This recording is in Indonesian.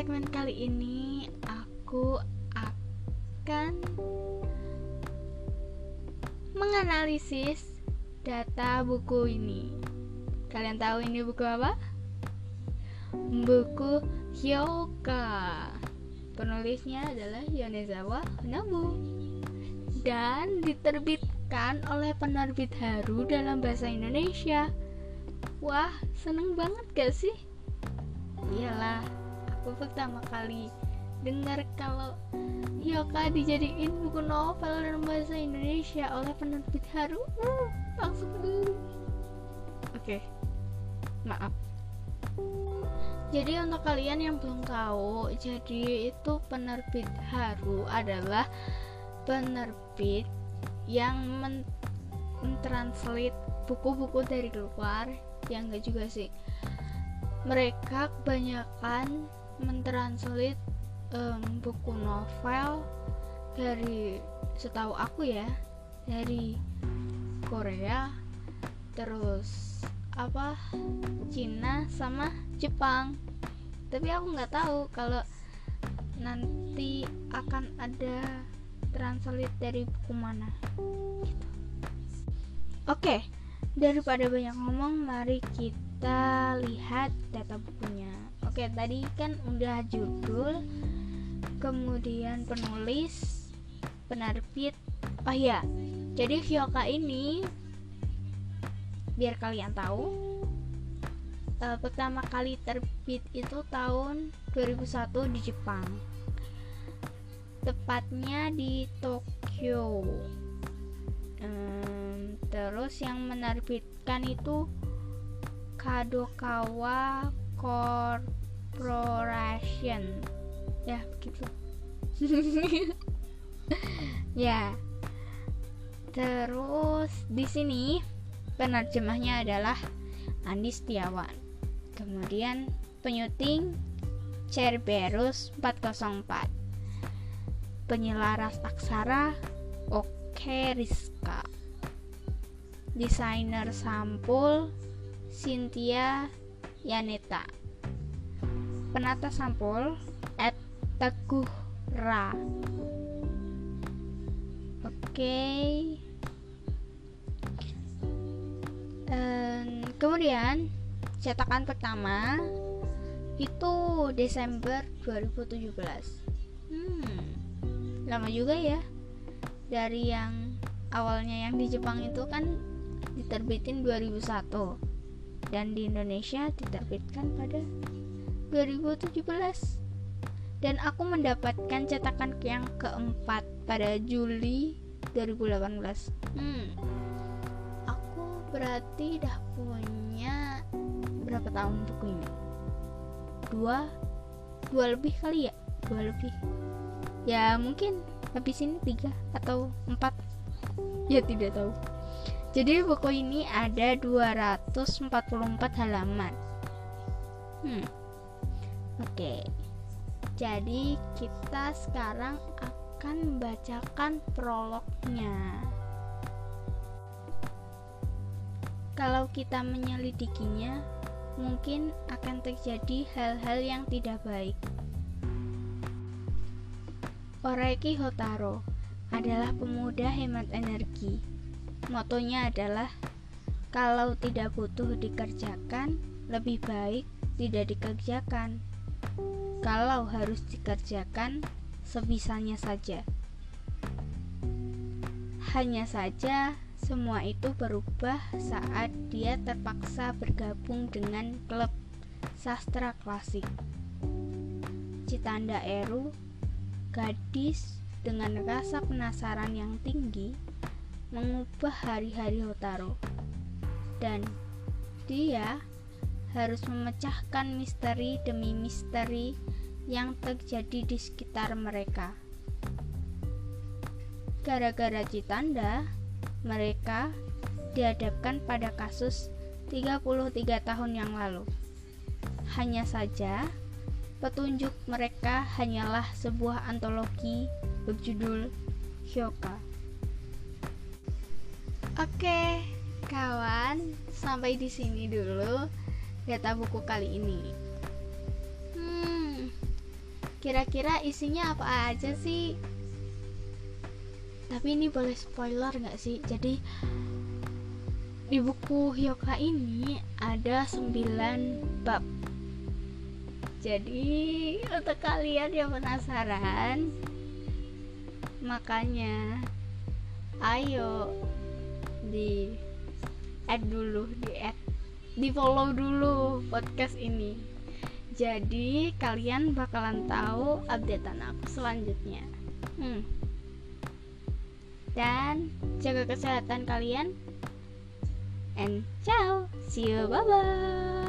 segmen kali ini aku akan menganalisis data buku ini. Kalian tahu ini buku apa? Buku Hyouka. Penulisnya adalah Yonezawa Hanabu dan diterbitkan oleh penerbit Haru dalam bahasa Indonesia. Wah, seneng banget gak sih? Iyalah, aku pertama kali dengar kalau Hyouka dijadiin buku novel dalam bahasa Indonesia oleh penerbit Haru. Langsung beli. Oke, maaf. Jadi untuk kalian yang belum tahu, jadi itu penerbit Haru adalah penerbit yang mentranslate buku-buku dari luar. Ya enggak juga sih, mereka kebanyakan mentranslate buku novel dari, setahu aku ya, dari Korea, terus Cina sama Jepang. Tapi aku nggak tahu kalau nanti akan ada translate dari buku mana gitu. Oke, daripada banyak ngomong, mari kita lihat data bukunya. Oke, tadi kan udah judul, kemudian penulis, penerbit. Oh iya, jadi Hyouka ini, biar kalian tahu, pertama kali terbit itu tahun 2001 di Jepang, tepatnya di Tokyo. Terus yang menerbitkan itu Kadokawa Corporation, ya begitu. Ya, terus di sini penerjemahnya adalah Andi Setiawan, kemudian penyuting Cerberus 404, penyelaras aksara Oke Rizka, desainer sampul Cynthia Yaneta, penata sampul Teguh Ra. Oke. Kemudian cetakan pertama itu Desember 2017. Lama juga ya. Dari yang awalnya yang di Jepang itu kan diterbitin 2001 dan di Indonesia diterbitkan pada 2017. Dan aku mendapatkan cetakan yang keempat pada Juli 2018. Aku berarti dah punya berapa tahun buku ini? Dua lebih kali ya? 2 lebih. Ya mungkin habis ini 3 atau 4. Ya tidak tahu. Jadi buku ini ada 244 halaman. Oke. Jadi kita sekarang akan membacakan prolognya. Kalau kita menyelidikinya, mungkin akan terjadi hal-hal yang tidak baik. Oreiki Hotaro adalah pemuda hemat energi. Motonya adalah, kalau tidak butuh dikerjakan, lebih baik tidak dikerjakan. Kalau harus dikerjakan, sebisanya saja. Hanya saja, semua itu berubah saat dia terpaksa bergabung dengan klub sastra klasik. Chitanda Eru, gadis dengan rasa penasaran yang tinggi, mengubah hari-hari Hotaro. Dan dia harus memecahkan misteri demi misteri yang terjadi di sekitar mereka. Gara-gara Chitanda, mereka dihadapkan pada kasus 33 tahun yang lalu. Hanya saja, petunjuk mereka hanyalah sebuah antologi berjudul Hyouka. Oke, kawan, sampai di sini dulu data buku kali ini. Kira-kira isinya apa aja sih? Tapi ini boleh spoiler gak sih? Jadi di buku Hyuuka ini ada 9 bab. Jadi untuk kalian yang penasaran, makanya ayo di follow dulu podcast ini. Jadi kalian bakalan tahu updatean aku selanjutnya. Dan jaga kesehatan kalian. And ciao, see you, bye bye.